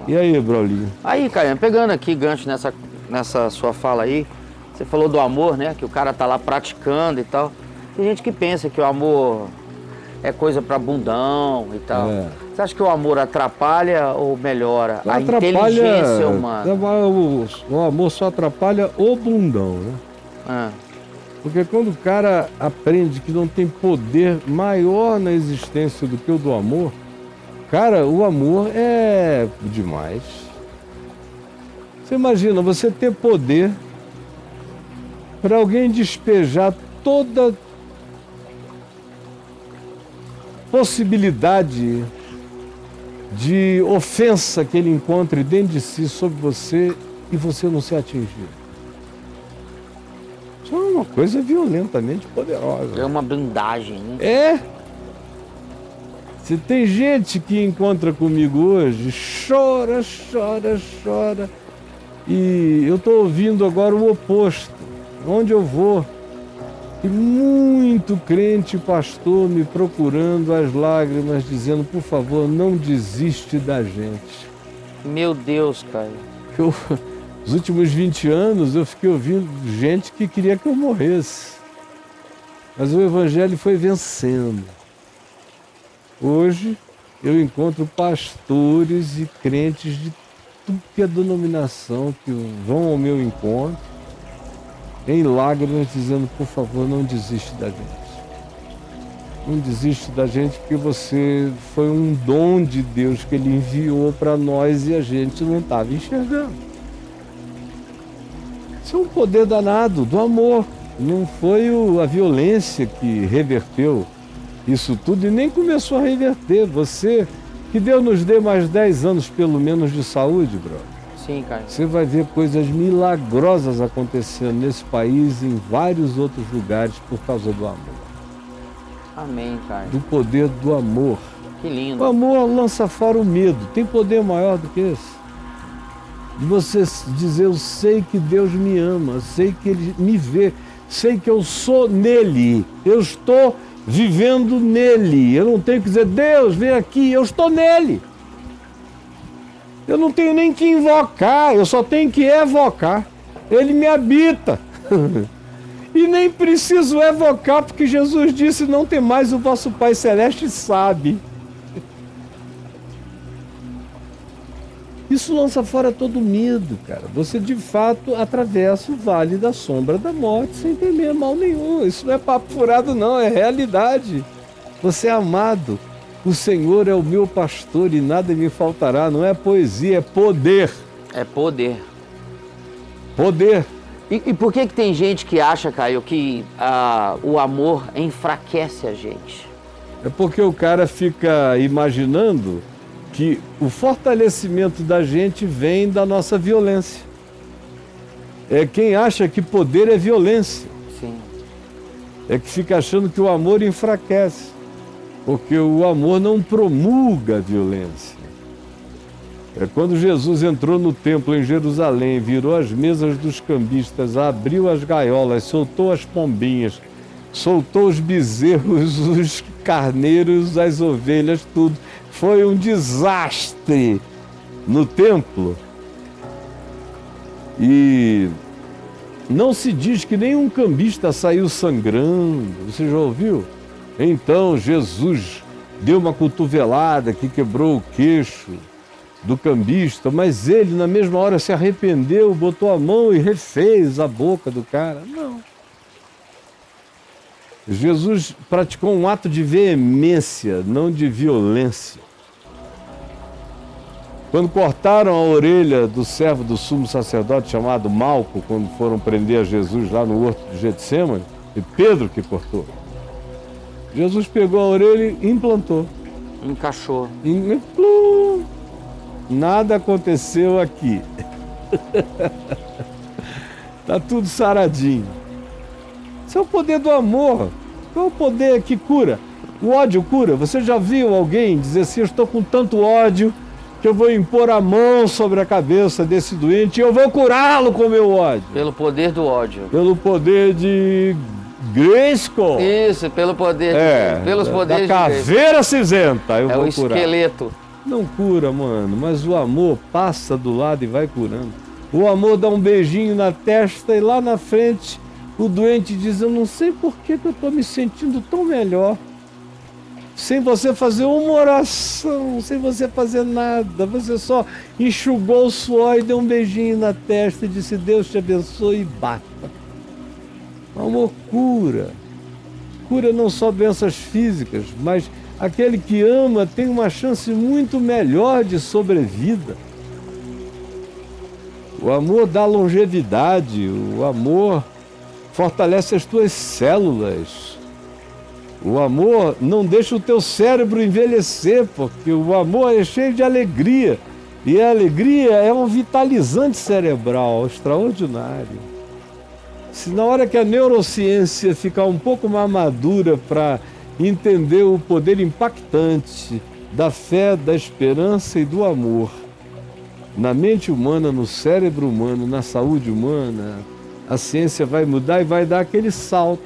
E aí, Braulinho? Aí, Caio, pegando aqui gancho nessa sua fala aí, você falou do amor, né? Que o cara tá lá praticando e tal. Tem gente que pensa que o amor é coisa pra bundão e tal. Você acha que o amor atrapalha ou melhora a inteligência humana? O amor só atrapalha o bundão, né? Porque quando o cara aprende que não tem poder maior na existência do que o do amor, cara, o amor é demais. Você imagina, você ter poder para alguém despejar toda possibilidade de ofensa que ele encontre dentro de si sobre você e você não ser atingido. Isso é uma coisa violentamente poderosa. É uma blindagem, né? É. Se tem gente que encontra comigo hoje, chora. E eu estou ouvindo agora o oposto. Onde eu vou, e muito crente pastor me procurando às lágrimas, dizendo, por favor, não desiste da gente. Meu Deus, Caio. Os últimos 20 anos eu fiquei ouvindo gente que queria que eu morresse. Mas o Evangelho foi vencendo. Hoje eu encontro pastores e crentes de tudo que é denominação que vão ao meu encontro, em lágrimas, dizendo, por favor, não desiste da gente. Não desiste da gente, porque você foi um dom de Deus que Ele enviou para nós e a gente não estava enxergando. Isso é um poder danado do amor. Não foi a violência que reverteu isso tudo e nem começou a reverter. Você, que Deus nos dê mais 10 anos pelo menos de saúde, brother. Sim, Caio. Você vai ver coisas milagrosas acontecendo nesse país e em vários outros lugares por causa do amor. Amém, Caio. Do poder do amor. Que lindo. O amor lança fora o medo. Tem poder maior do que esse? De você dizer, eu sei que Deus me ama, sei que Ele me vê, sei que eu sou nele, eu estou vivendo nele. Eu não tenho que dizer, Deus, vem aqui, eu estou nele. Eu não tenho nem que invocar, eu só tenho que evocar. Ele me habita. E nem preciso evocar, porque Jesus disse, não tem mais o vosso Pai Celeste sabe. Isso lança fora todo medo, cara. Você, de fato, atravessa o vale da sombra da morte sem temer mal nenhum. Isso não é papo furado, não. É realidade. Você é amado. O Senhor é o meu pastor e nada me faltará. Não é poesia, é poder. É poder. Poder. E por que tem gente que acha, Caio, que o amor enfraquece a gente? É porque o cara fica imaginando que o fortalecimento da gente vem da nossa violência. É quem acha que poder é violência. Sim. É que fica achando que o amor enfraquece. Porque o amor não promulga a violência. É quando Jesus entrou no templo em Jerusalém, virou as mesas dos cambistas, abriu as gaiolas, soltou as pombinhas, soltou os bezerros, os carneiros, as ovelhas, tudo. Foi um desastre no templo. E não se diz que nenhum cambista saiu sangrando. Você já ouviu? Então Jesus deu uma cotovelada que quebrou o queixo do cambista, mas ele na mesma hora se arrependeu, botou a mão e refez a boca do cara. Não. Jesus praticou um ato de veemência, não de violência. Quando cortaram a orelha do servo do sumo sacerdote chamado Malco, quando foram prender a Jesus lá no horto de Getsêmani, e Pedro que cortou, Jesus pegou a orelha e implantou. Encaixou. Nada aconteceu aqui. Tá tudo saradinho. Isso é o poder do amor. Qual é o poder que cura? O ódio cura. Você já viu alguém dizer assim, eu estou com tanto ódio que eu vou impor a mão sobre a cabeça desse doente e eu vou curá-lo com o meu ódio? Pelo poder do ódio. Pelo poder de Grayskull. Isso, pelo poder pelos poderes da caveira cinzenta, eu vou o curar. esqueleto. Não cura, mano, mas o amor passa do lado e vai curando. O amor dá um beijinho na testa e lá na frente o doente diz, eu não sei por que eu estou me sentindo tão melhor. Sem você fazer uma oração, sem você fazer nada, você só enxugou o suor e deu um beijinho na testa e disse, Deus te abençoe e bata. O amor cura. Cura não só doenças físicas, mas aquele que ama tem uma chance muito melhor de sobrevida. O amor dá longevidade, o amor fortalece as tuas células. O amor não deixa o teu cérebro envelhecer, porque o amor é cheio de alegria. E a alegria é um vitalizante cerebral extraordinário. Se na hora que a neurociência ficar um pouco mais madura para entender o poder impactante da fé, da esperança e do amor na mente humana, no cérebro humano, na saúde humana, a ciência vai mudar e vai dar aquele salto.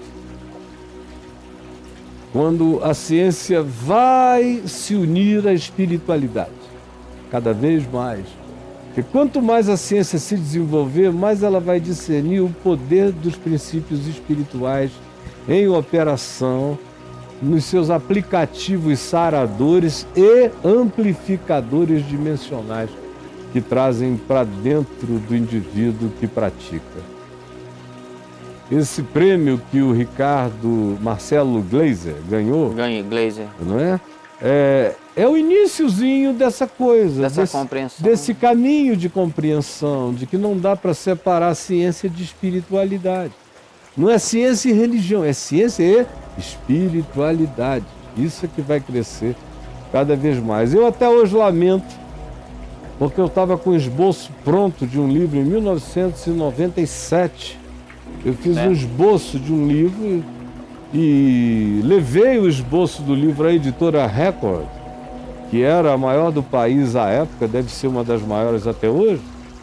Quando a ciência vai se unir à espiritualidade, cada vez mais. Porque quanto mais a ciência se desenvolver, mais ela vai discernir o poder dos princípios espirituais em operação, nos seus aplicativos saradores e amplificadores dimensionais que trazem para dentro do indivíduo que pratica. Esse prêmio que o Ricardo Marcelo Gleiser ganhou, Gleiser, não é? É o iniciozinho dessa coisa, desse caminho de compreensão, de que não dá para separar ciência de espiritualidade. Não é ciência e religião, é ciência e espiritualidade. Isso é que vai crescer cada vez mais. Eu até hoje lamento, porque eu estava com o esboço pronto de um livro em 1997. Eu fiz um esboço de um livro e levei o esboço do livro à editora Record, que era a maior do país à época, deve ser uma das maiores até hoje,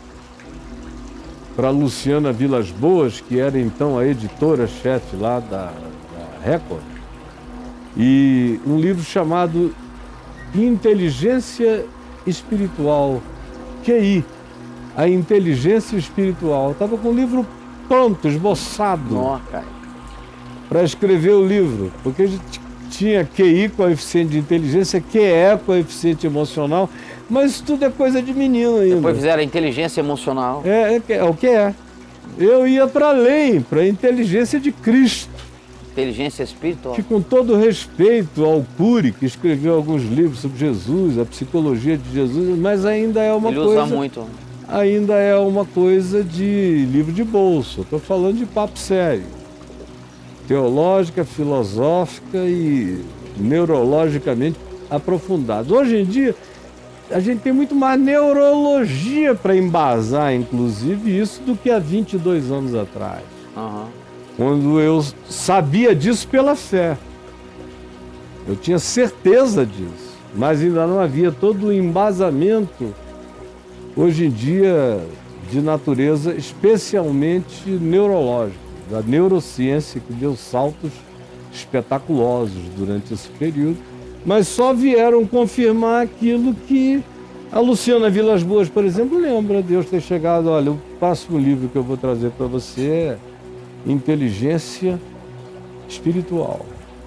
para Luciana Vilas Boas, que era então a editora-chefe lá da Record, e um livro chamado Inteligência Espiritual, QI, a inteligência espiritual. Eu estava com o livro pronto, esboçado, para escrever o livro, porque a gente tinha QI, coeficiente de inteligência, QE, coeficiente emocional, mas isso tudo é coisa de menino ainda. Depois fizeram a inteligência emocional. É o que é. Eu ia para além, para a inteligência de Cristo. Inteligência espiritual. Que, com todo respeito ao Cury, que escreveu alguns livros sobre Jesus, a psicologia de Jesus, mas ainda é uma coisa... Ele usa muito. Ainda é uma coisa de livro de bolso. Estou falando de papo sério. Teológica, filosófica e neurologicamente aprofundado. Hoje em dia, a gente tem muito mais neurologia para embasar, inclusive, isso do que há 22 anos atrás. Quando eu sabia disso pela fé. Eu tinha certeza disso, mas ainda não havia todo o embasamento, hoje em dia, de natureza especialmente neurológica, da neurociência, que deu saltos espetaculosos durante esse período, mas só vieram confirmar aquilo que a Luciana Vilas Boas, por exemplo, lembra. Deus ter chegado, olha, o próximo livro que eu vou trazer para você é Inteligência Espiritual.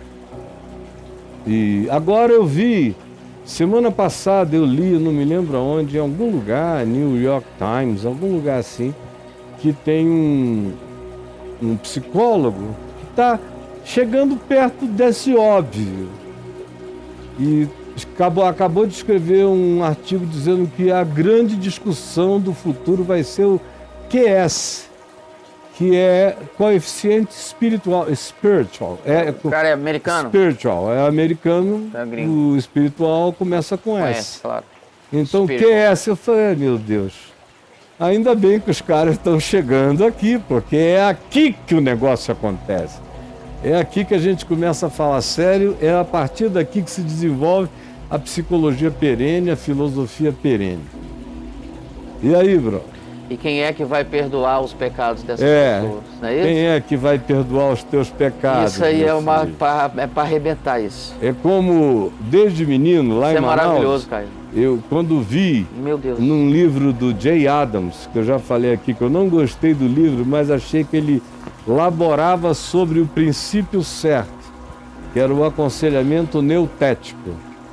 E agora eu vi, semana passada eu li, não me lembro aonde, em algum lugar, New York Times, algum lugar assim, que tem um psicólogo que está chegando perto desse óbvio. E acabou de escrever um artigo dizendo que a grande discussão do futuro vai ser o QS, que é coeficiente espiritual, spiritual. O cara é americano? Spiritual, é americano, o espiritual começa com S. Claro. Então, o QS, eu falei, meu Deus, ainda bem que os caras estão chegando aqui, porque é aqui que o negócio acontece. É aqui que a gente começa a falar sério, é a partir daqui que se desenvolve a psicologia perene, a filosofia perene. E aí, bro? E quem é que vai perdoar os pecados dessas pessoas? Não é isso? Quem é que vai perdoar os teus pecados? Isso aí é para arrebentar isso. É como, desde menino, lá Isso em Manaus... é maravilhoso, Caio. Eu, quando vi, Meu Deus, num livro do Jay Adams, que eu já falei aqui, que eu não gostei do livro, mas achei que ele laborava sobre o princípio certo, que era o aconselhamento neutético.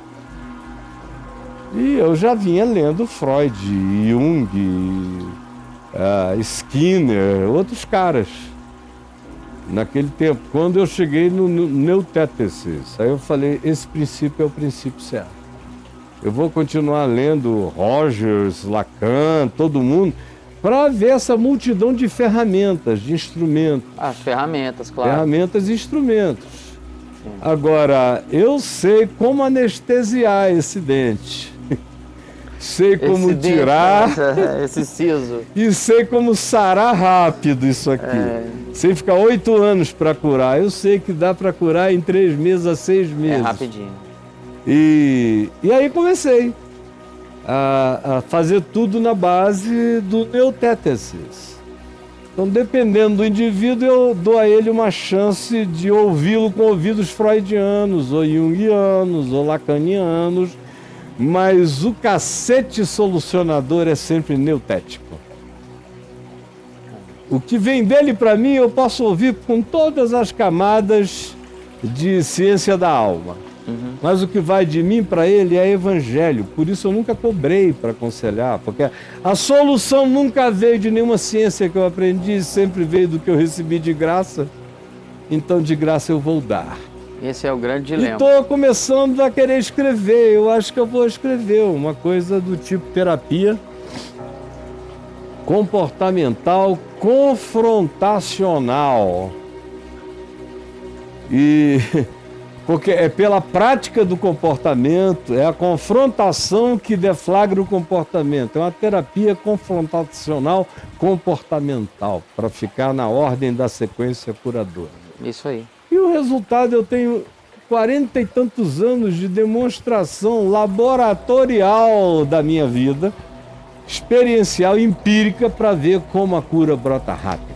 E eu já vinha lendo Freud, Jung, Skinner, outros caras, naquele tempo. Quando eu cheguei no Neutétesis, aí eu falei, esse princípio é o princípio certo. Eu vou continuar lendo Rogers, Lacan, todo mundo, para ver essa multidão de ferramentas, de instrumentos. as ferramentas, claro. Ferramentas e instrumentos. Agora, eu sei como anestesiar esse dente. Sei como Esse dente, tirar esse siso. e sei como sarar rápido isso aqui. Sei ficar 8 anos para curar. Eu sei que dá para curar em 3 meses a 6 meses. É rapidinho. E aí comecei a fazer tudo na base do neutétesis. Então, dependendo do indivíduo, eu dou a ele uma chance de ouvi-lo com ouvidos freudianos, ou junguianos, ou lacanianos, mas o cacete solucionador é sempre neutético. O que vem dele para mim, eu posso ouvir com todas as camadas de ciência da alma. Mas o que vai de mim para ele é evangelho. Por isso eu nunca cobrei para aconselhar, porque a solução nunca veio de nenhuma ciência que eu aprendi, sempre veio do que eu recebi de graça. Então de graça eu vou dar. Esse é o grande E dilema. estou começando a querer escrever. Eu acho que eu vou escrever uma coisa do tipo terapia comportamental confrontacional. E porque é pela prática do comportamento, é a confrontação que deflagra o comportamento. É uma terapia confrontacional comportamental, para ficar na ordem da sequência curadora. Isso aí. E o resultado, eu tenho 40 e tantos anos de demonstração laboratorial da minha vida, experiencial, empírica, para ver como a cura brota rápido.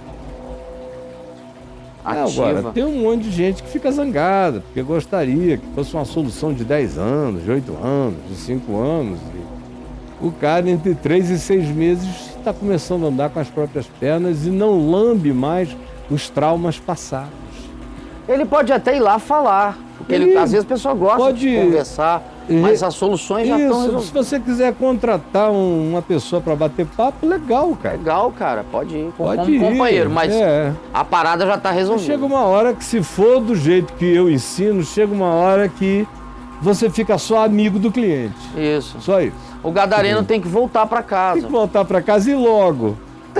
Agora, tem um monte de gente que fica zangada, porque gostaria que fosse uma solução de 10 anos, de 8 anos, de 5 anos. E o cara, entre 3 e 6 meses, está começando a andar com as próprias pernas e não lambe mais os traumas passados. Ele pode até ir lá falar, porque às vezes a pessoa gosta de conversar, mas as soluções já estão resolvidas. Se você quiser contratar uma pessoa para bater papo, legal, cara. Legal, cara, pode ir como ir, companheiro, mas a parada já está resolvida. Chega uma hora que, se for do jeito que eu ensino, chega uma hora que você fica só amigo do cliente. Isso. Só isso. O gadareno tem que voltar para casa. Tem que voltar para casa e logo.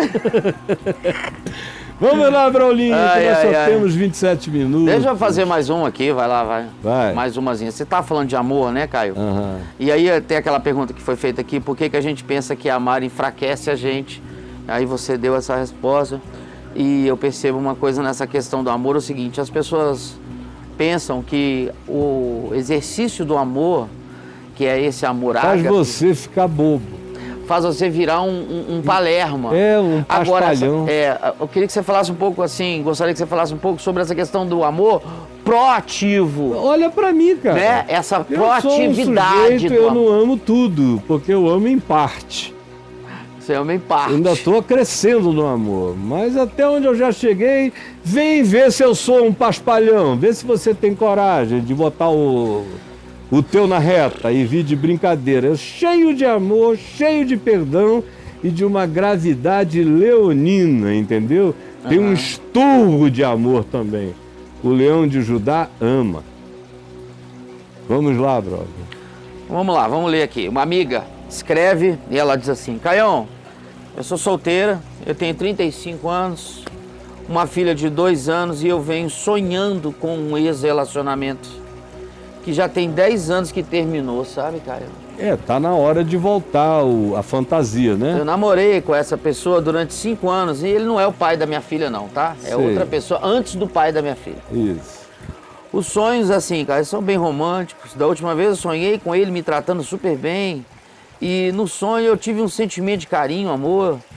Vamos lá, Braulinho, que nós só temos 27 minutos. Deixa eu fazer mais um aqui, vai lá, vai. Mais umazinha. Você tá falando de amor, né, Caio? E aí tem aquela pergunta que foi feita aqui, por que a gente pensa que amar enfraquece a gente? Aí você deu essa resposta. E eu percebo uma coisa nessa questão do amor, é o seguinte, as pessoas pensam que o exercício do amor, que é esse amor faz você ficar bobo. Faz você virar um palerma. Um paspalhão. Agora, eu queria que você falasse um pouco assim, gostaria que você falasse um pouco sobre essa questão do amor proativo. Olha pra mim, cara. Né? Essa proatividade. Eu sou um sujeito, eu não amo tudo, porque eu amo em parte. Você ama em parte. Eu ainda estou crescendo no amor, mas até onde eu já cheguei, vem ver se eu sou um paspalhão, vê se você tem coragem de botar o teu na reta e vir de brincadeira, cheio de amor, cheio de perdão e de uma gravidade leonina, entendeu? Tem um esturro de amor também. O leão de Judá ama. Vamos lá, brother. Vamos lá, vamos ler aqui. Uma amiga escreve e ela diz assim: Caião, eu sou solteira, eu tenho 35 anos, uma filha de 2 anos e eu venho sonhando com um ex-relacionamento que já tem 10 anos que terminou, sabe, Caio? Tá na hora de voltar a fantasia, né? Eu namorei com essa pessoa durante 5 anos e ele não é o pai da minha filha não, tá? É outra pessoa antes do pai da minha filha. Isso. Os sonhos, assim, cara, são bem românticos. Da última vez eu sonhei com ele me tratando super bem. E no sonho eu tive um sentimento de carinho, amor.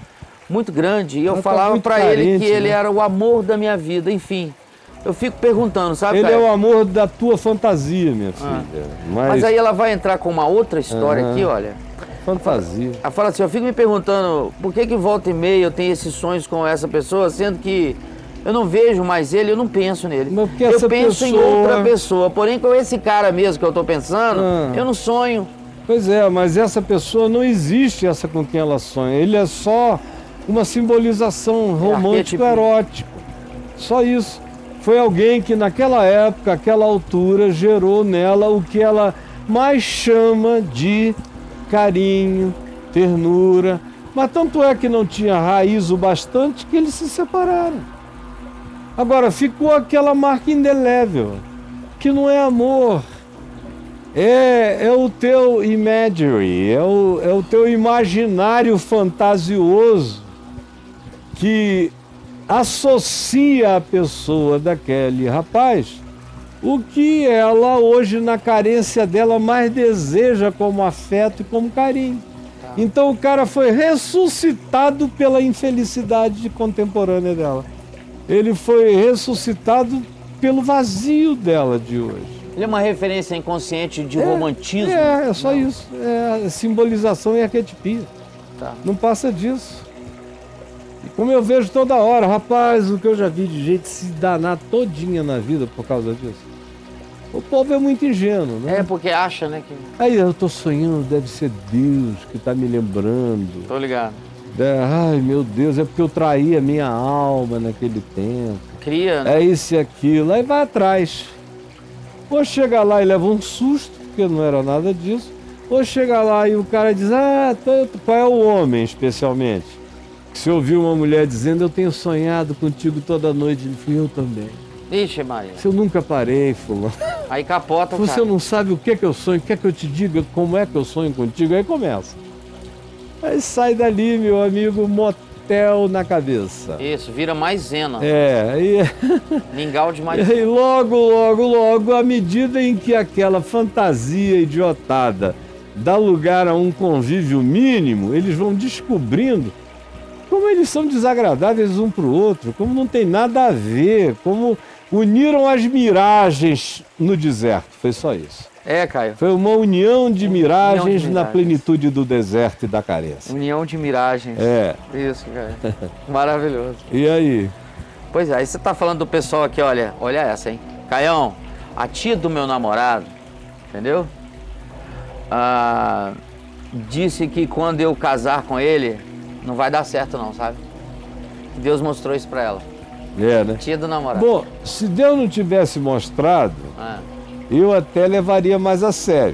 muito grande. E eu Ela tá falava muito pra ele carente, que ele né? era o amor da minha vida, enfim. Eu fico perguntando, sabe, Ele Caio? é o amor da tua fantasia, minha filha. Mas aí ela vai entrar com uma outra história aqui, olha. Fantasia. Ela fala assim, eu fico me perguntando por que volta e meia eu tenho esses sonhos com essa pessoa, sendo que eu não vejo mais ele, eu não penso nele. Mas porque Eu essa penso em pessoa- outra pessoa, porém com esse cara mesmo que eu tô pensando, eu não sonho. Pois é, mas essa pessoa não existe, essa com quem ela sonha. Ele é só uma simbolização arquétipo. romântico-erótico. Só isso. Foi alguém que naquela época, aquela altura, gerou nela o que ela mais chama de carinho, ternura. Mas tanto é que não tinha raiz o bastante que eles se separaram. Agora, ficou aquela marca indelével, que não é amor. É o teu imagery, é o teu imaginário fantasioso que associa a pessoa daquele rapaz o que ela hoje na carência dela mais deseja como afeto e como carinho. Então o cara foi ressuscitado pela infelicidade contemporânea dela. Ele foi ressuscitado pelo vazio dela de hoje. Ele é uma referência inconsciente de romantismo. É só isso. É simbolização e arquetipia. Tá. Não passa disso. E como eu vejo toda hora, rapaz, o que eu já vi de gente se danar todinha na vida por causa disso. O povo é muito ingênuo, né? É porque acha, né? Que... Aí eu tô sonhando, deve ser Deus que tá me lembrando. Tô ligado. Ai, meu Deus, é porque eu traí a minha alma naquele tempo. Cria, né? É isso e aquilo. Aí vai atrás. Ou chega lá e leva um susto, porque não era nada disso. Ou chega lá e o cara diz, qual é o homem especialmente? Que se ouviu uma mulher dizendo, eu tenho sonhado contigo toda noite. Ele falou, eu também. Ixi, Maria. Se eu nunca parei, fulano. Aí capota o Você cara. não sabe o que é que eu sonho, quer que eu te diga como é que eu sonho contigo? Aí começa. Aí sai dali, meu amigo, motel na cabeça. Isso, vira maisena. Aí Mingau de maisena. E logo, à medida em que aquela fantasia idiotada dá lugar a um convívio mínimo, eles vão descobrindo como eles são desagradáveis um para o outro, como não tem nada a ver, como uniram as miragens no deserto. Foi só isso. É, Caio. Foi uma união de miragens na miragens. plenitude do deserto e da carência. União de miragens. É. Isso, cara. Maravilhoso. E aí? Pois é, aí você tá falando do pessoal aqui, olha essa, hein? Caião, a tia do meu namorado, entendeu? Disse que quando eu casar com ele, não vai dar certo não, sabe? Que Deus mostrou isso pra ela. É, né? Tia do namorado. Bom, se Deus não tivesse mostrado, eu até levaria mais a sério.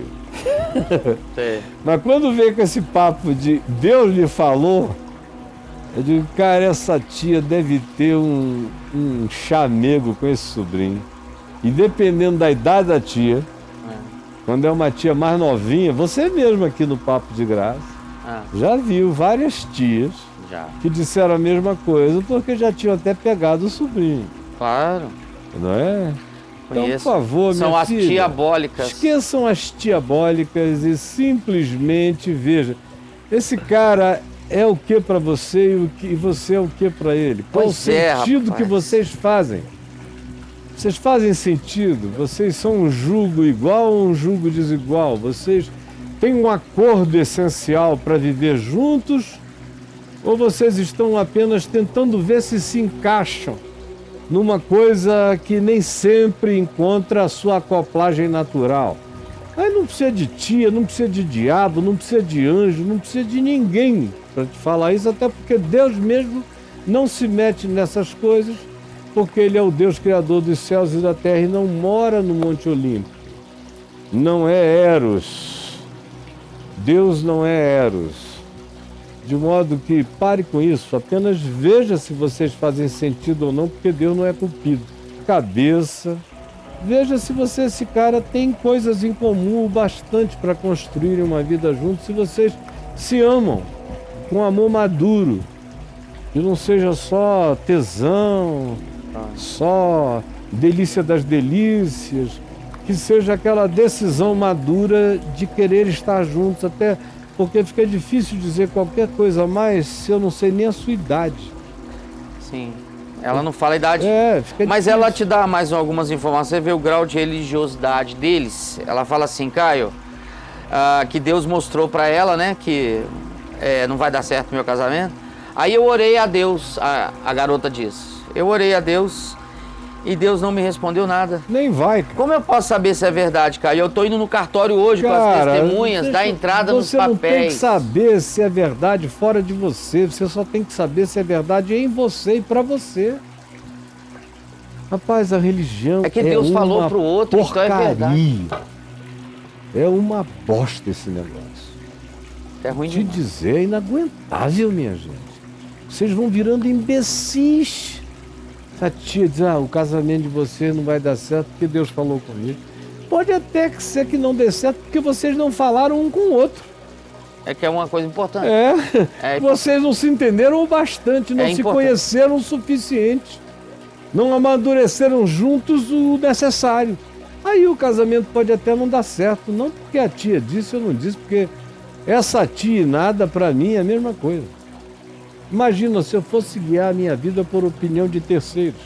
Sei. Mas quando veio com esse papo de Deus lhe falou, eu digo, cara, essa tia deve ter um chamego com esse sobrinho. E dependendo da idade da tia, quando é uma tia mais novinha, você mesmo aqui no Papo de Graça, já viu várias tias que disseram a mesma coisa, porque já tinham até pegado o sobrinho. Claro. Não é? Então, Conheço. por favor, São minha as filha, diabólicas. esqueçam as diabólicas e simplesmente veja. Esse cara é o que para você e você é o que para ele? Qual o Pois é, sentido rapaz. que vocês fazem? Vocês fazem sentido? Vocês são um jugo igual ou um jugo desigual? Vocês têm um acordo essencial para viver juntos? Ou vocês estão apenas tentando ver se encaixam numa coisa que nem sempre encontra a sua acoplagem natural? Aí não precisa de tia, não precisa de diabo, não precisa de anjo, não precisa de ninguém para te falar isso, até porque Deus mesmo não se mete nessas coisas, porque Ele é o Deus criador dos céus e da terra e não mora no Monte Olimpo. Não é Eros. Deus não é Eros. De modo que pare com isso, apenas veja se vocês fazem sentido ou não, porque Deus não é cupido. Cabeça, veja se você, esse cara, tem coisas em comum o bastante para construírem uma vida juntos, se vocês se amam com amor maduro, que não seja só tesão, só delícia das delícias, que seja aquela decisão madura de querer estar juntos, até porque fica difícil dizer qualquer coisa a mais se eu não sei nem a sua idade. Sim. Ela não fala a idade. Fica mas difícil. ela te dá mais algumas informações, você vê o grau de religiosidade deles. Ela fala assim, Caio, que Deus mostrou pra ela, né, que não vai dar certo o meu casamento. Aí eu orei a Deus, a garota diz. Eu orei a Deus e Deus não me respondeu nada. Nem vai, cara. Como eu posso saber se é verdade, Caio? Eu tô indo no cartório hoje com as testemunhas, dar entrada nos papéis. Você não tem que saber se é verdade fora de você. Você só tem que saber se é verdade em você e pra você. Rapaz, a religião é que Deus falou pro outro, porcaria. Então é verdade. É uma bosta esse negócio. É ruim Te demais. dizer, é inaguentável, minha gente. Vocês vão virando imbecis. A tia diz, o casamento de vocês não vai dar certo porque Deus falou comigo. Pode até ser que não dê certo porque vocês não falaram um com o outro. É que é uma coisa importante. Vocês não se entenderam o bastante, não se conheceram o suficiente. Não amadureceram juntos o necessário. Aí o casamento pode até não dar certo. Não porque a tia disse ou não disse, porque essa tia e nada pra mim é a mesma coisa. Imagina se eu fosse guiar a minha vida por opinião de terceiros.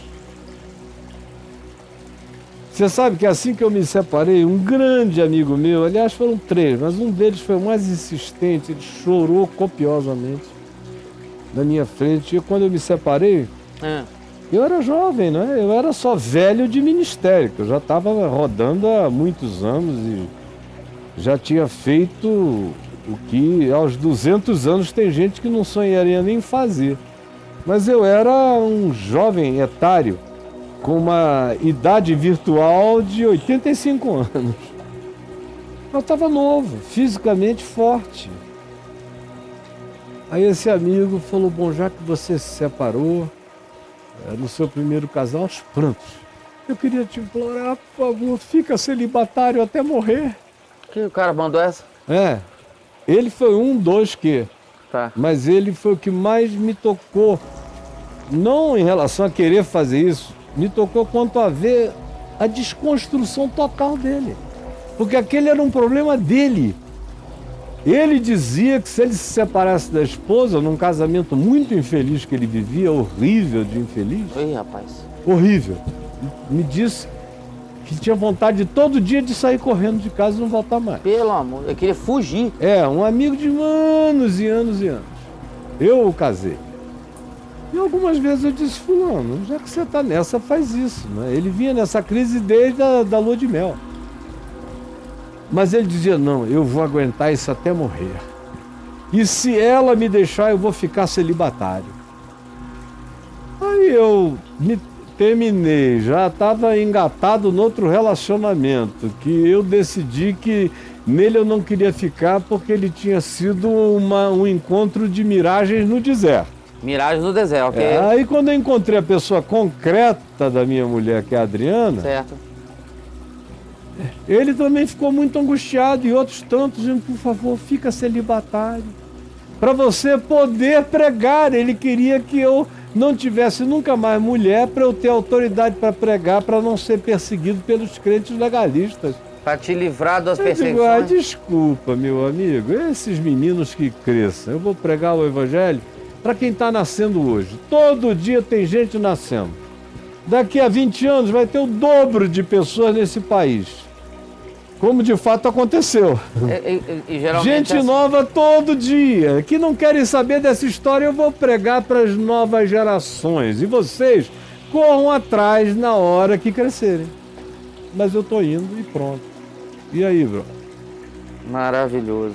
Você sabe que assim que eu me separei, um grande amigo meu, aliás foram 3, mas um deles foi o mais insistente, ele chorou copiosamente na minha frente. E quando eu me separei, eu era jovem, né? Eu era só velho de ministério, que eu já estava rodando há muitos anos e já tinha feito o que aos 200 anos tem gente que não sonharia nem fazer. Mas eu era um jovem etário com uma idade virtual de 85 anos. Eu estava novo, fisicamente forte. Aí esse amigo falou, bom, já que você se separou no seu primeiro casal, aos prantos, eu queria te implorar, por favor, fica celibatário até morrer. Que o cara mandou essa? Ele foi um dos que, mas ele foi o que mais me tocou, não em relação a querer fazer isso, me tocou quanto a ver a desconstrução total dele, porque aquele era um problema dele. Ele dizia que se ele se separasse da esposa, num casamento muito infeliz que ele vivia, horrível de infeliz, horrível, me disse que tinha vontade de todo dia de sair correndo de casa e não voltar mais. Pelo amor, eu queria fugir. Um amigo de anos e anos e anos. Eu o casei. E algumas vezes eu disse, fulano, já que você está nessa, faz isso, né? Ele vinha nessa crise desde a lua de mel. Mas ele dizia, não, eu vou aguentar isso até morrer. E se ela me deixar, eu vou ficar celibatário. Aí eu terminei, já estava engatado noutro relacionamento, que eu decidi que nele eu não queria ficar porque ele tinha sido um encontro de miragens no deserto. Miragens no deserto, ok. Aí quando eu encontrei a pessoa concreta da minha mulher, que é a Adriana, certo, ele também ficou muito angustiado e outros tantos, dizendo, por favor, fica celibatário. Para você poder pregar, ele queria que eu não tivesse nunca mais mulher para eu ter autoridade para pregar, para não ser perseguido pelos crentes legalistas. Para te livrar das perseguições. Desculpa, meu amigo, esses meninos que cresçam, eu vou pregar o evangelho para quem está nascendo hoje. Todo dia tem gente nascendo. Daqui a 20 anos vai ter o dobro de pessoas nesse país. Como de fato aconteceu. Gente nova todo dia, que não querem saber dessa história, eu vou pregar para as novas gerações. E vocês corram atrás na hora que crescerem. Mas eu tô indo e pronto. E aí, bro? Maravilhoso.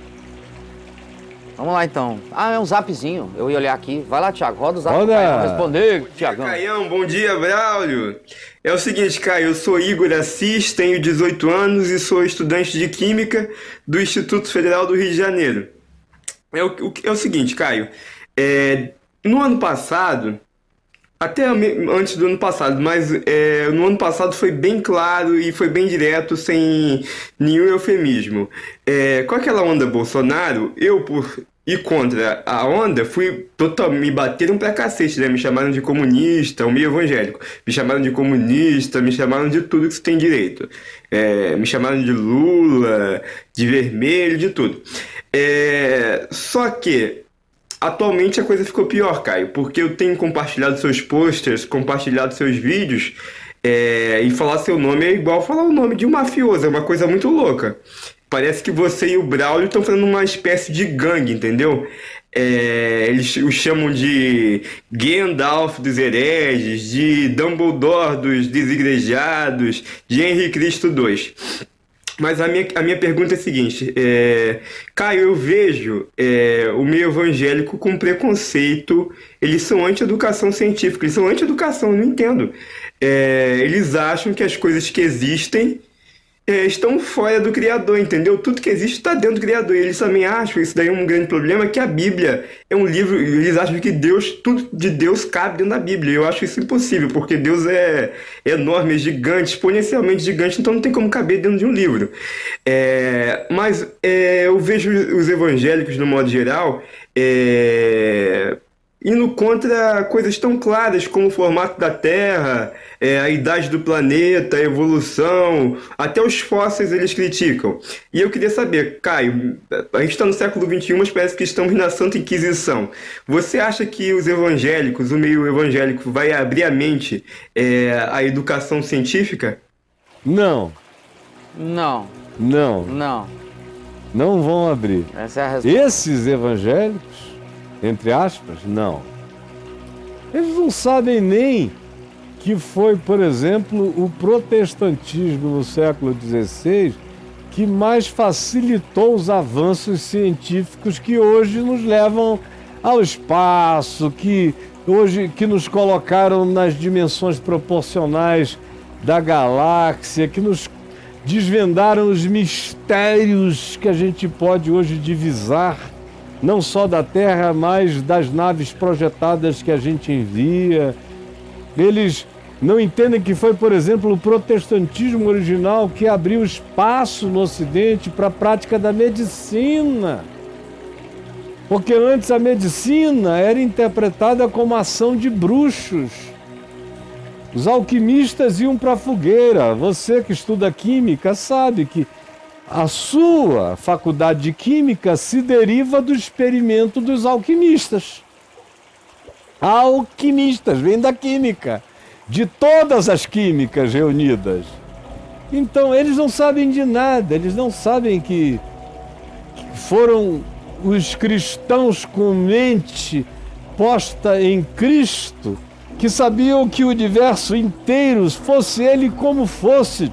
Vamos lá então. É um zapzinho. Eu ia olhar aqui. Vai lá, Thiago. Roda o zap. Vai responder, Thiagão. Caião, bom dia, Braulio. É o seguinte, Caio, eu sou Igor Assis, tenho 18 anos e sou estudante de Química do Instituto Federal do Rio de Janeiro. É o seguinte, Caio, no ano passado, até antes do ano passado, mas no ano passado foi bem claro e foi bem direto, sem nenhum eufemismo. Com aquela onda Bolsonaro, eu, por ir contra a onda, me bateram pra cacete, né? Me chamaram de comunista, o meio evangélico. Me chamaram de comunista, me chamaram de tudo que você tem direito. Me chamaram de Lula, de vermelho, de tudo. Só que atualmente a coisa ficou pior, Caio, porque eu tenho compartilhado seus posters, compartilhado seus vídeos, e falar seu nome é igual falar o nome de um mafioso, é uma coisa muito louca. Parece que você e o Braulio estão fazendo uma espécie de gangue, entendeu? Eles o chamam de Gandalf dos hereges, de Dumbledore dos desigrejados, de Henri Cristo II. Mas a minha pergunta é a seguinte, Caio, eu vejo o meio evangélico com preconceito, eles são anti-educação científica, eles são anti-educação, eu não entendo. Eles acham que as coisas que existem estão fora do Criador, entendeu? Tudo que existe está dentro do Criador. E eles também acham, isso daí é um grande problema, que a Bíblia é um livro, eles acham que tudo de Deus cabe dentro da Bíblia. Eu acho isso impossível, porque Deus é enorme, é gigante, exponencialmente gigante, então não tem como caber dentro de um livro. Mas eu vejo os evangélicos, no modo geral, indo contra coisas tão claras como o formato da Terra, a idade do planeta, a evolução, até os fósseis eles criticam. E eu queria saber, Caio, a gente está no século XXI, mas parece que estamos na Santa Inquisição. Você acha que os evangélicos, o meio evangélico, vai abrir a mente à educação científica? Não. Não. Não. Não. Não vão abrir. Essa é a resposta. Esses evangélicos, entre aspas, não. Eles não sabem nem que foi, por exemplo, o protestantismo no século XVI que mais facilitou os avanços científicos que hoje nos levam ao espaço, que nos colocaram nas dimensões proporcionais da galáxia, que nos desvendaram os mistérios que a gente pode hoje divisar, não só da Terra, mas das naves projetadas que a gente envia. Eles não entendem que foi, por exemplo, o protestantismo original que abriu espaço no Ocidente para a prática da medicina. Porque antes a medicina era interpretada como ação de bruxos. Os alquimistas iam para a fogueira. Você que estuda química sabe que a sua faculdade de química se deriva do experimento dos alquimistas. Alquimistas, vem da química, de todas as químicas reunidas. Então, eles não sabem de nada, eles não sabem que foram os cristãos com mente posta em Cristo, que sabiam que o universo inteiro, fosse ele como fosse,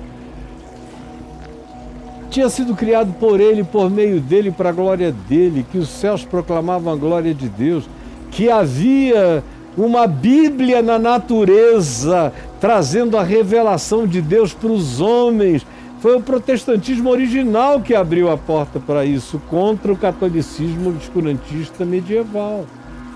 tinha sido criado por ele, por meio dele, para a glória dele, que os céus proclamavam a glória de Deus, que havia uma Bíblia na natureza, trazendo a revelação de Deus para os homens. Foi o protestantismo original que abriu a porta para isso, contra o catolicismo obscurantista medieval.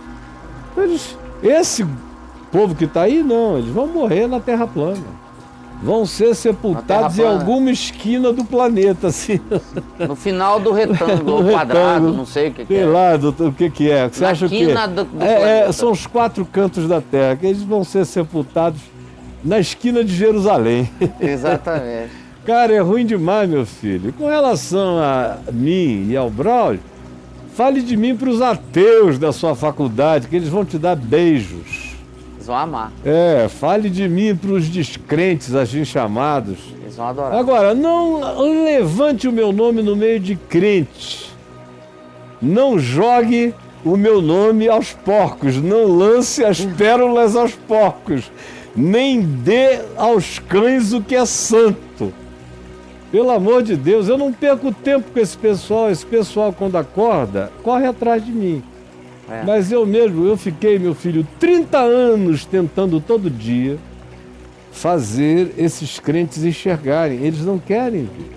Esse povo que está aí, não, eles vão morrer na Terra plana. Vão ser sepultados em alguma esquina do planeta, assim. No final do retângulo, ou quadrado, não sei o que é. Sei lá o que é. Você acha que são os 4 cantos da Terra, que eles vão ser sepultados na esquina de Jerusalém. Exatamente. Cara, é ruim demais, meu filho. Com relação a mim e ao Braulio, fale de mim para os ateus da sua faculdade, que eles vão te dar beijos. Vão amar. Fale de mim para os descrentes, assim chamados. Eles vão adorar. Agora, não levante o meu nome no meio de crente. Não jogue o meu nome aos porcos. Não lance as pérolas aos porcos. Nem dê aos cães o que é santo. Pelo amor de Deus, eu não perco tempo com esse pessoal. Esse pessoal, quando acorda, corre atrás de mim. Mas eu fiquei, meu filho, 30 anos tentando todo dia fazer esses crentes enxergarem. Eles não querem ver.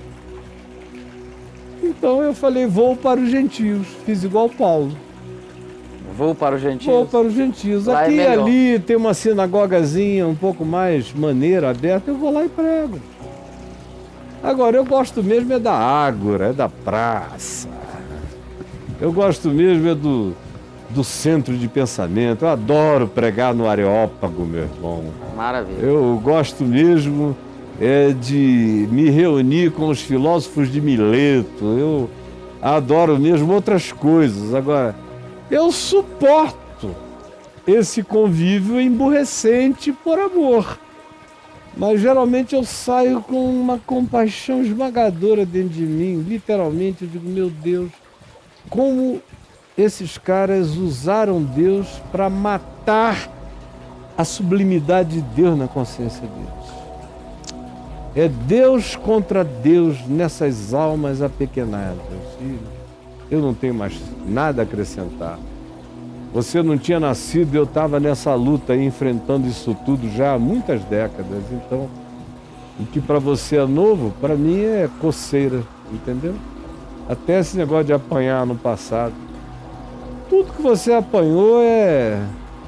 Então eu falei, vou para os gentios. Fiz igual Paulo. Vou para os gentios? Vou para os gentios. Lá aqui e ali tem uma sinagogazinha um pouco mais maneira, aberta, eu vou lá e prego. Agora, eu gosto mesmo da ágora, da praça. Eu gosto mesmo do centro de pensamento. Eu adoro pregar no Areópago, meu irmão. Maravilha. Eu gosto mesmo de me reunir com os filósofos de Mileto. adoro mesmo outras coisas. Agora, eu suporto esse convívio emburrecente por amor. Mas geralmente eu saio com uma compaixão esmagadora dentro de mim. Literalmente, eu digo, meu Deus, como esses caras usaram Deus para matar a sublimidade de Deus na consciência deles. É Deus contra Deus nessas almas apequenadas. E eu não tenho mais nada a acrescentar. Você não tinha nascido e eu estava nessa luta aí, enfrentando isso tudo já há muitas décadas. Então, o que para você é novo, para mim é coceira, entendeu? Até esse negócio de apanhar no passado. Tudo que você apanhou é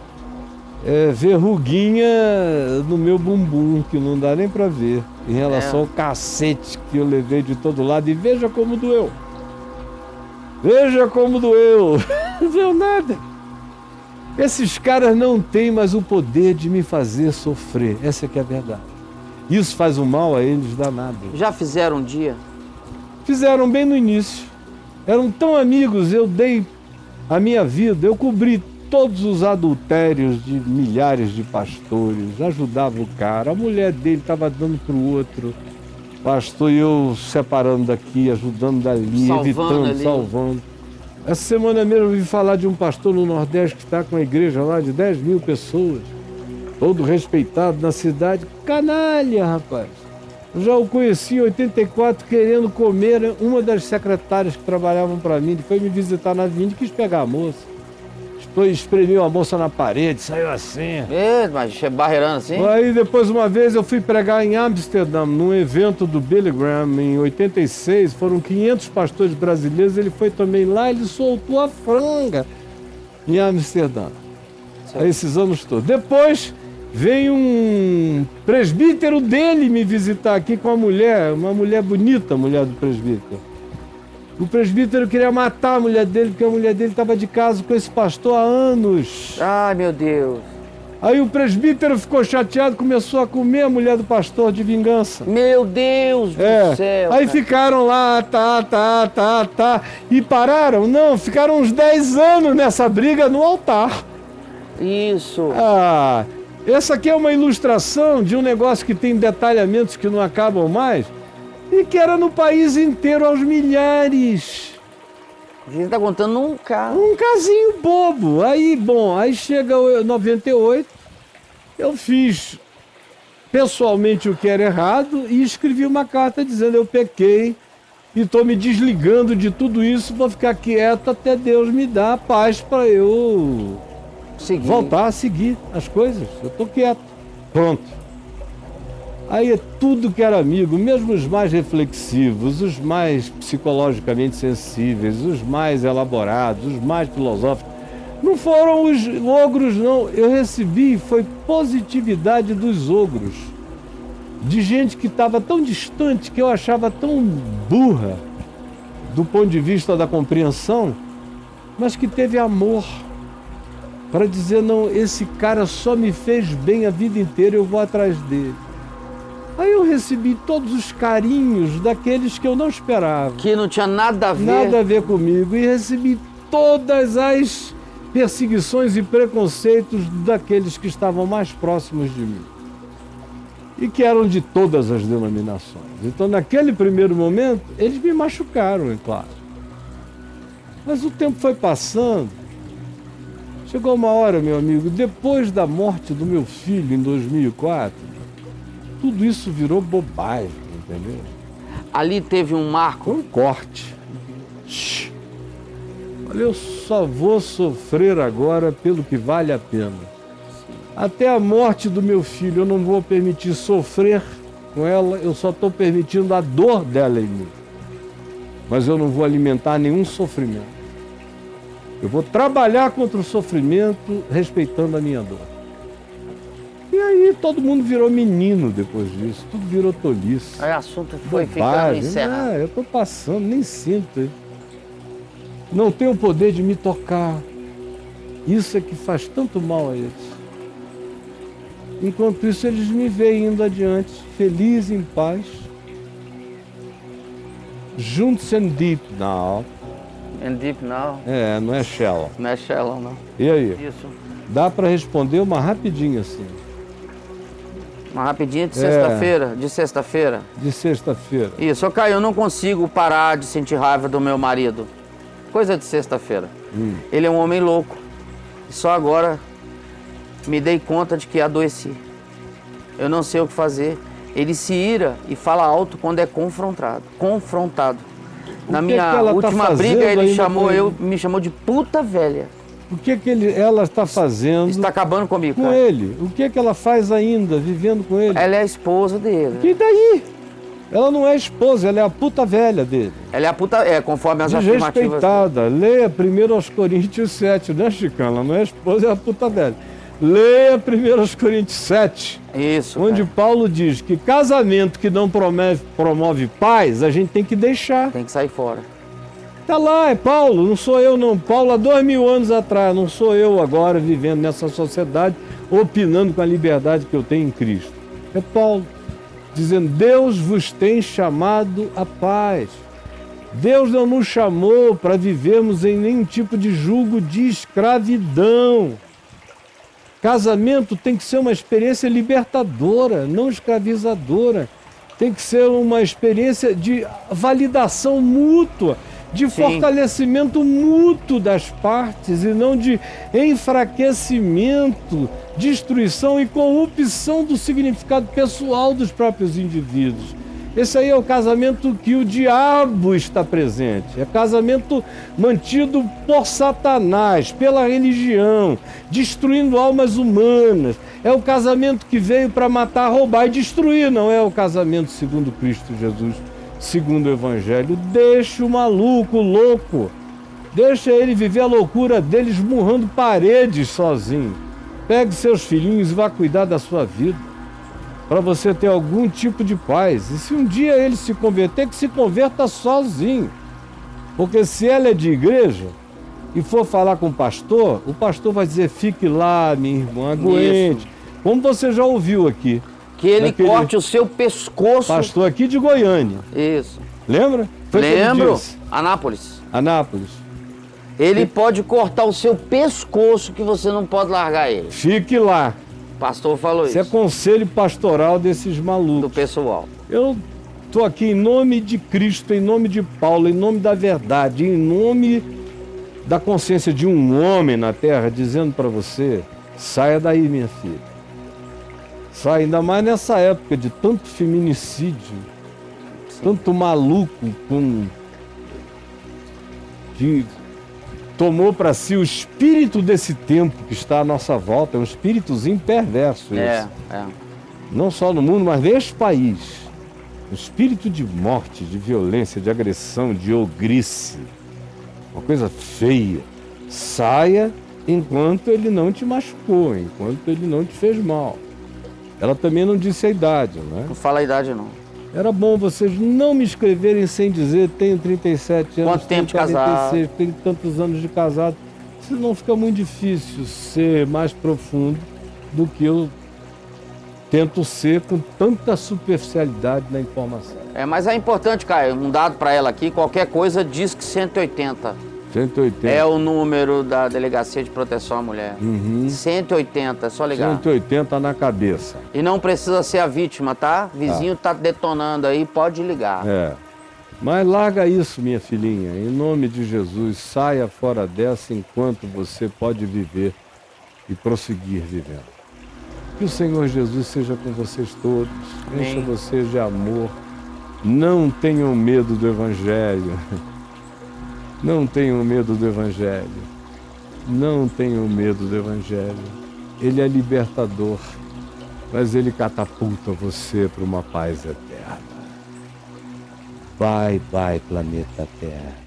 verruguinha no meu bumbum, que não dá nem para ver, em relação ao cacete que eu levei de todo lado. E veja como doeu. Veja como doeu. Não deu nada. Esses caras não têm mais o poder de me fazer sofrer. Essa que é a verdade. Isso faz um mal a eles danado. Já fizeram um dia? Fizeram bem no início. Eram tão amigos, eu dei a minha vida, eu cobri todos os adultérios de milhares de pastores, ajudava o cara, a mulher dele estava dando para o outro, pastor, e eu separando daqui, ajudando dali, evitando, salvando. Essa semana mesmo eu ouvi falar de um pastor no Nordeste que está com a igreja lá de 10 mil pessoas, todo respeitado na cidade. Canalha, rapaz! Eu já o conheci em 84 querendo comer. Uma das secretárias que trabalhavam para mim, ele foi me visitar na Vinda e quis pegar a moça. Espremeu a moça na parede, saiu assim. Mas barreirando assim? Aí depois, uma vez, eu fui pregar em Amsterdã, num evento do Billy Graham, em 86. Foram 500 pastores brasileiros. Ele foi também lá, ele soltou a franga em Amsterdã. Aí, esses anos todos. Depois, veio um presbítero dele me visitar aqui com uma mulher bonita, a mulher do presbítero. O presbítero queria matar a mulher dele, porque a mulher dele estava de caso com esse pastor há anos. Ai, meu Deus. Aí o presbítero ficou chateado, começou a comer a mulher do pastor de vingança. Meu Deus do céu. Aí ficaram lá, tá. E pararam? Não, ficaram uns 10 anos nessa briga no altar. Isso. Essa aqui é uma ilustração de um negócio que tem detalhamentos que não acabam mais. E que era no país inteiro, aos milhares. A gente está contando um caso. Um casinho bobo. Aí chega 98, eu fiz pessoalmente o que era errado e escrevi uma carta dizendo: eu pequei e estou me desligando de tudo isso, vou ficar quieto até Deus me dar a paz para eu voltar a seguir as coisas. Eu estou quieto. Pronto. Aí tudo que era amigo, mesmo os mais reflexivos, os mais psicologicamente sensíveis, os mais elaborados, os mais filosóficos, não foram os ogros, não. Eu recebi, foi positividade dos ogros. De gente que estava tão distante, que eu achava tão burra do ponto de vista da compreensão, mas que teve amor para dizer: não, esse cara só me fez bem a vida inteira, eu vou atrás dele. Aí eu recebi todos os carinhos daqueles que eu não esperava. Que não tinha nada a ver. Nada a ver comigo. E recebi todas as perseguições e preconceitos daqueles que estavam mais próximos de mim. E que eram de todas as denominações. Então, naquele primeiro momento, eles me machucaram, é claro. Mas o tempo foi passando. Chegou uma hora, meu amigo, depois da morte do meu filho em 2004, tudo isso virou bobagem, entendeu? Ali teve um marco. Um corte. Olha, eu só vou sofrer agora pelo que vale a pena. Até a morte do meu filho eu não vou permitir sofrer com ela, eu só estou permitindo a dor dela em mim. Mas eu não vou alimentar nenhum sofrimento. Eu vou trabalhar contra o sofrimento, respeitando a minha dor. E aí todo mundo virou menino depois disso, tudo virou tolice. Aí o assunto foi ficando encerrado. Eu estou passando, nem sinto. Não tenho o poder de me tocar. Isso é que faz tanto mal a eles. Enquanto isso, eles me veem indo adiante, feliz, em paz. Juntos and deep now. And deep now. É, não é shallow. Não é shallow, não. E aí? Isso. Dá para responder uma rapidinha assim. Uma rapidinha de sexta-feira. De sexta-feira. De sexta-feira. Isso. Ô, Caio, eu não consigo parar de sentir raiva do meu marido. Coisa de sexta-feira. Ele é um homem louco. E só agora me dei conta de que adoeci. Eu não sei o que fazer. Ele se ira e fala alto quando é confrontado. Na minha última briga, ele me chamou de puta velha. O que ela está fazendo? Está acabando comigo, com cara. ele. O que ela faz ainda, vivendo com ele? Ela é a esposa dele. E daí? Ela não é esposa, ela é a puta velha dele. Ela é a puta, conforme as afirmativas. Desrespeitada. Leia 1 Coríntios 7, né, Chicão? Ela não é esposa, é a puta velha. Leia 1 Coríntios 7. Isso. Onde Paulo diz que casamento que não promove paz, a gente tem que deixar. Tem que sair fora. Tá lá, é Paulo, não sou eu não. Paulo há 2000 anos atrás, não sou eu agora vivendo nessa sociedade, opinando com a liberdade que eu tenho em Cristo. É Paulo, dizendo, Deus vos tem chamado a paz. Deus não nos chamou para vivermos em nenhum tipo de jugo de escravidão. Casamento tem que ser uma experiência libertadora, não escravizadora. Tem que ser uma experiência de validação mútua, de fortalecimento mútuo das partes e não de enfraquecimento, destruição e corrupção do significado pessoal dos próprios indivíduos. Esse aí é o casamento que o diabo está presente. É casamento mantido por Satanás, pela religião, destruindo almas humanas. É o casamento que veio para matar, roubar e destruir. Não é o casamento segundo Cristo Jesus, segundo o Evangelho. Deixa o maluco, o louco. Deixa ele viver a loucura dele esmurrando paredes sozinho. Pegue seus filhinhos e vá cuidar da sua vida, para você ter algum tipo de paz. E se um dia ele se converter, que se converta sozinho. Porque se ela é de igreja e for falar com o pastor vai dizer, fique lá, minha irmã, aguente. Isso. Como você já ouviu aqui. Que ele corte o seu pescoço. Pastor aqui de Goiânia. Isso. Lembra? Lembro. Anápolis. Ele pode cortar o seu pescoço que você não pode largar ele. Fique lá. O pastor falou isso. Isso é conselho pastoral desses malucos. Do pessoal. Eu estou aqui em nome de Cristo, em nome de Paulo, em nome da verdade, em nome da consciência de um homem na terra, dizendo para você, saia daí, minha filha. Saia, ainda mais nessa época de tanto feminicídio, tanto maluco que tomou para si o espírito desse tempo que está à nossa volta. É um espíritozinho perverso esse. Não só no mundo, mas neste país. Um espírito de morte, de violência, de agressão, de ogrice. Uma coisa feia. Saia enquanto ele não te machucou, enquanto ele não te fez mal. Ela também não disse a idade, né? Não fala a idade, não. Era bom vocês não me escreverem sem dizer tenho 37 anos, quanto tempo de casado? Tenho tantos anos de casado. Senão fica muito difícil ser mais profundo do que eu tento ser com tanta superficialidade na informação. Mas é importante, Caio, um dado para ela aqui, qualquer coisa diz que 180. 180. É o número da Delegacia de Proteção à Mulher. 180, é só ligar. 180 na cabeça. E não precisa ser a vítima, tá? Vizinho tá detonando aí, pode ligar. Mas larga isso, minha filhinha. Em nome de Jesus, saia fora dessa enquanto você pode viver e prosseguir vivendo. Que o Senhor Jesus seja com vocês todos. Encha vocês de amor. Não tenham medo do Evangelho. Não tenham medo do Evangelho. Não tenham medo do Evangelho. Ele é libertador, mas ele catapulta você para uma paz eterna. Bye, bye, planeta Terra.